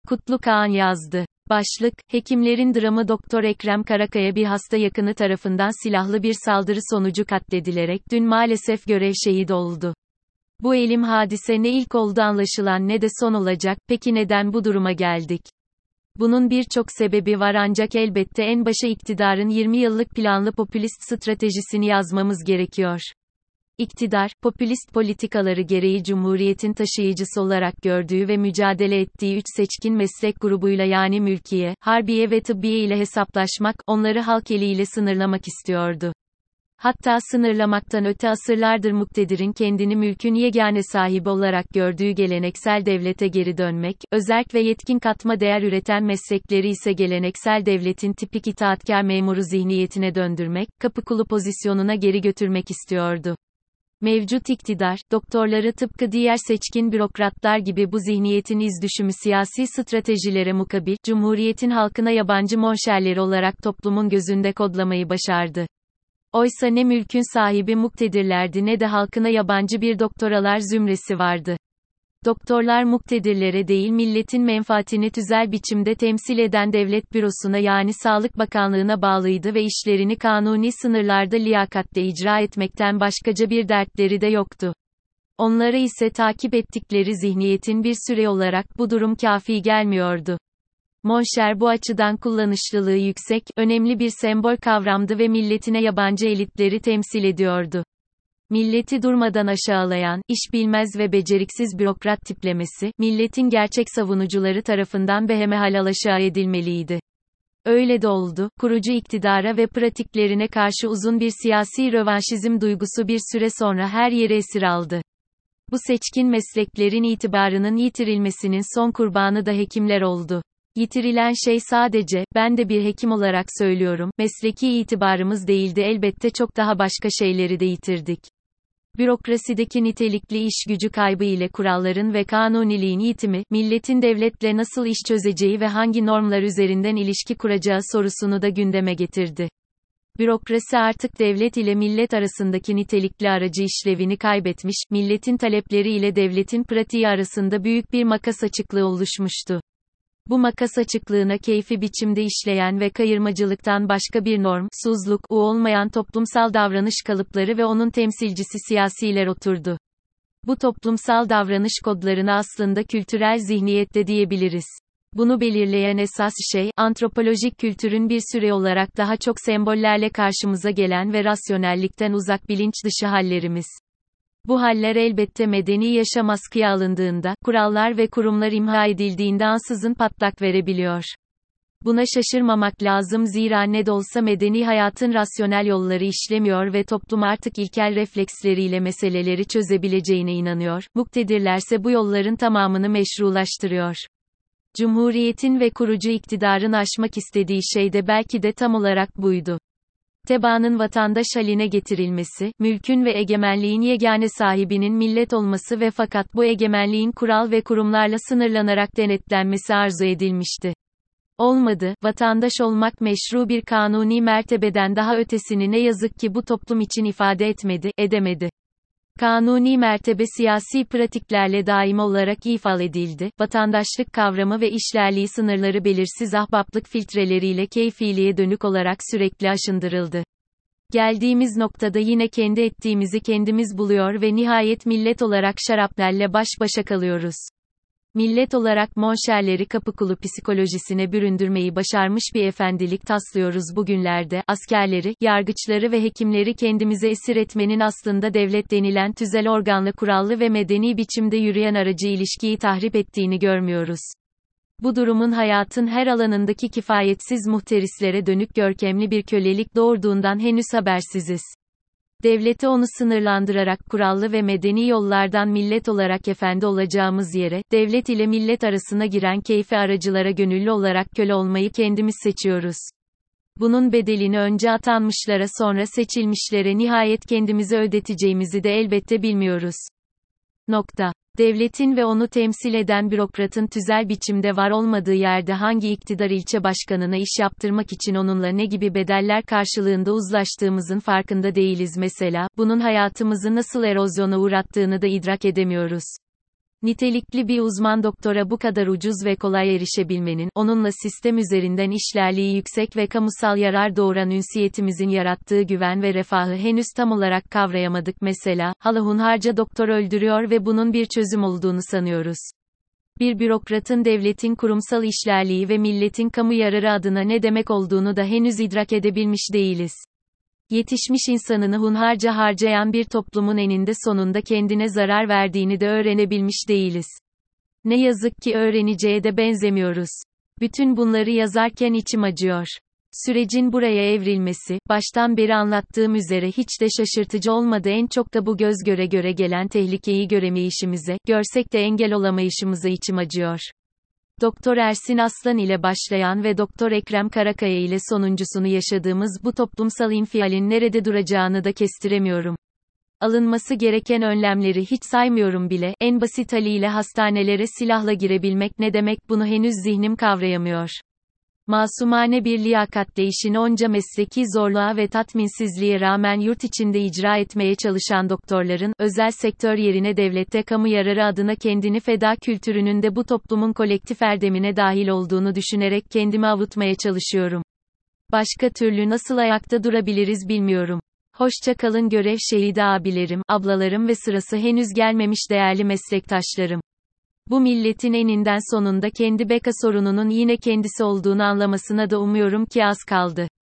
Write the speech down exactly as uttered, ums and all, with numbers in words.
Kutlu Kağan yazdı. Başlık, hekimlerin dramı. Doktor Ekrem Karakaya bir hasta yakını tarafından silahlı bir saldırı sonucu katledilerek dün maalesef görev şehidi oldu. Bu elim hadise ne ilk oldu anlaşılan ne de son olacak. Peki neden bu duruma geldik? Bunun birçok sebebi var ancak elbette en başa iktidarın yirmi yıllık planlı popülist stratejisini yazmamız gerekiyor. İktidar, popülist politikaları gereği Cumhuriyet'in taşıyıcısı olarak gördüğü ve mücadele ettiği üç seçkin meslek grubuyla yani mülkiye, harbiye ve tıbbiye ile hesaplaşmak, onları halk eliyle sınırlamak istiyordu. Hatta sınırlamaktan öte asırlardır muktedirin kendini mülkün yegane sahibi olarak gördüğü geleneksel devlete geri dönmek, özerk ve yetkin katma değer üreten meslekleri ise geleneksel devletin tipik itaatkar memuru zihniyetine döndürmek, kapıkulu pozisyonuna geri götürmek istiyordu. Mevcut iktidar, doktorları tıpkı diğer seçkin bürokratlar gibi bu zihniyetin izdüşümü siyasi stratejilere mukabil, Cumhuriyet'in halkına yabancı monşerleri olarak toplumun gözünde kodlamayı başardı. Oysa ne mülkün sahibi muktedirlerdi ne de halkına yabancı bir doktoralar zümresi vardı. Doktorlar muktedirlere değil milletin menfaatini tüzel biçimde temsil eden devlet bürosuna yani Sağlık Bakanlığı'na bağlıydı ve işlerini kanuni sınırlarda liyakatle icra etmekten başkaca bir dertleri de yoktu. Onlara ise takip ettikleri zihniyetin bir süre olarak bu durum kafi gelmiyordu. Monşer bu açıdan kullanışlılığı yüksek, önemli bir sembol kavramdı ve milletine yabancı elitleri temsil ediyordu. Milleti durmadan aşağılayan, iş bilmez ve beceriksiz bürokrat tiplemesi, milletin gerçek savunucuları tarafından behemehal alaşağı edilmeliydi. Öyle de oldu, kurucu iktidara ve pratiklerine karşı uzun bir siyasi rövanşizm duygusu bir süre sonra her yere esir aldı. Bu seçkin mesleklerin itibarının yitirilmesinin son kurbanı da hekimler oldu. Yitirilen şey sadece, ben de bir hekim olarak söylüyorum, mesleki itibarımız değildi elbette çok daha başka şeyleri de yitirdik. Bürokrasideki nitelikli iş gücü kaybı ile kuralların ve kanuniliğin yitimi, milletin devletle nasıl iş çözeceği ve hangi normlar üzerinden ilişki kuracağı sorusunu da gündeme getirdi. Bürokrasi artık devlet ile millet arasındaki nitelikli aracı işlevini kaybetmiş, milletin talepleri ile devletin pratiği arasında büyük bir makas açıklığı oluşmuştu. Bu makas açıklığına keyfi biçimde işleyen ve kayırmacılıktan başka bir norm, suzluk, u olmayan toplumsal davranış kalıpları ve onun temsilcisi siyasiler oturdu. Bu toplumsal davranış kodlarına aslında kültürel zihniyet de diyebiliriz. Bunu belirleyen esas şey, antropolojik kültürün bir süre olarak daha çok sembollerle karşımıza gelen ve rasyonellikten uzak bilinç dışı hallerimiz. Bu haller elbette medeni yaşam askıya alındığında, kurallar ve kurumlar imha edildiğinde ansızın patlak verebiliyor. Buna şaşırmamak lazım zira ne de olsa medeni hayatın rasyonel yolları işlemiyor ve toplum artık ilkel refleksleriyle meseleleri çözebileceğine inanıyor, muktedirlerse bu yolların tamamını meşrulaştırıyor. Cumhuriyetin ve kurucu iktidarın aşmak istediği şey de belki de tam olarak buydu. Tebaanın vatandaş haline getirilmesi, mülkün ve egemenliğin yegane sahibinin millet olması ve fakat bu egemenliğin kural ve kurumlarla sınırlanarak denetlenmesi arzu edilmişti. Olmadı, vatandaş olmak meşru bir kanuni mertebeden daha ötesini ne yazık ki bu toplum için ifade etmedi, edemedi. Kanuni mertebe siyasi pratiklerle daim olarak ifade edildi, vatandaşlık kavramı ve işlerliği sınırları belirsiz ahbaplık filtreleriyle keyfiliğe dönük olarak sürekli aşındırıldı. Geldiğimiz noktada yine kendi ettiğimizi kendimiz buluyor ve nihayet millet olarak şarapnelle baş başa kalıyoruz. Millet olarak monşerleri kapıkulu psikolojisine büründürmeyi başarmış bir efendilik taslıyoruz bugünlerde, askerleri, yargıçları ve hekimleri kendimize esir etmenin aslında devlet denilen tüzel organla kurallı ve medeni biçimde yürüyen aracı ilişkiyi tahrip ettiğini görmüyoruz. Bu durumun hayatın her alanındaki kifayetsiz muhterislere dönük görkemli bir kölelik doğurduğundan henüz habersiziz. Devlete onu sınırlandırarak kurallı ve medeni yollardan millet olarak efendi olacağımız yere, devlet ile millet arasına giren keyfi aracılara gönüllü olarak köle olmayı kendimiz seçiyoruz. Bunun bedelini önce atanmışlara sonra seçilmişlere nihayet kendimize ödeteceğimizi de elbette bilmiyoruz. Nokta. Devletin ve onu temsil eden bürokratın tüzel biçimde var olmadığı yerde hangi iktidar ilçe başkanına iş yaptırmak için onunla ne gibi bedeller karşılığında uzlaştığımızın farkında değiliz mesela, bunun hayatımızı nasıl erozyona uğrattığını da idrak edemiyoruz. Nitelikli bir uzman doktora bu kadar ucuz ve kolay erişebilmenin, onunla sistem üzerinden işlerliği yüksek ve kamusal yarar doğuran ünsiyetimizin yarattığı güven ve refahı henüz tam olarak kavrayamadık mesela, hala hunharca doktor öldürüyor ve bunun bir çözüm olduğunu sanıyoruz. Bir bürokratın devletin kurumsal işlerliği ve milletin kamu yararı adına ne demek olduğunu da henüz idrak edebilmiş değiliz. Yetişmiş insanını hunharca harcayan bir toplumun eninde sonunda kendine zarar verdiğini de öğrenebilmiş değiliz. Ne yazık ki öğreneceğe de benzemiyoruz. Bütün bunları yazarken içim acıyor. Sürecin buraya evrilmesi, baştan beri anlattığım üzere hiç de şaşırtıcı olmadı, en çok da bu göz göre göre gelen tehlikeyi göremeyişimize, görsek de engel olamayışımıza içim acıyor. Doktor Ersin Aslan ile başlayan ve Doktor Ekrem Karakaya ile sonuncusunu yaşadığımız bu toplumsal infialin nerede duracağını da kestiremiyorum. Alınması gereken önlemleri hiç saymıyorum bile, en basit haliyle hastanelere silahla girebilmek ne demek, bunu henüz zihnim kavrayamıyor. Masumane bir liyakatle işini onca mesleki zorluğa ve tatminsizliğe rağmen yurt içinde icra etmeye çalışan doktorların, özel sektör yerine devlette kamu yararı adına kendini feda kültürünün de bu toplumun kolektif erdemine dahil olduğunu düşünerek kendimi avutmaya çalışıyorum. Başka türlü nasıl ayakta durabiliriz bilmiyorum. Hoşça kalın görev şehidi abilerim, ablalarım ve sırası henüz gelmemiş değerli meslektaşlarım. Bu milletin eninden sonunda kendi beka sorununun yine kendisi olduğunu anlamasına da umuyorum ki az kaldı.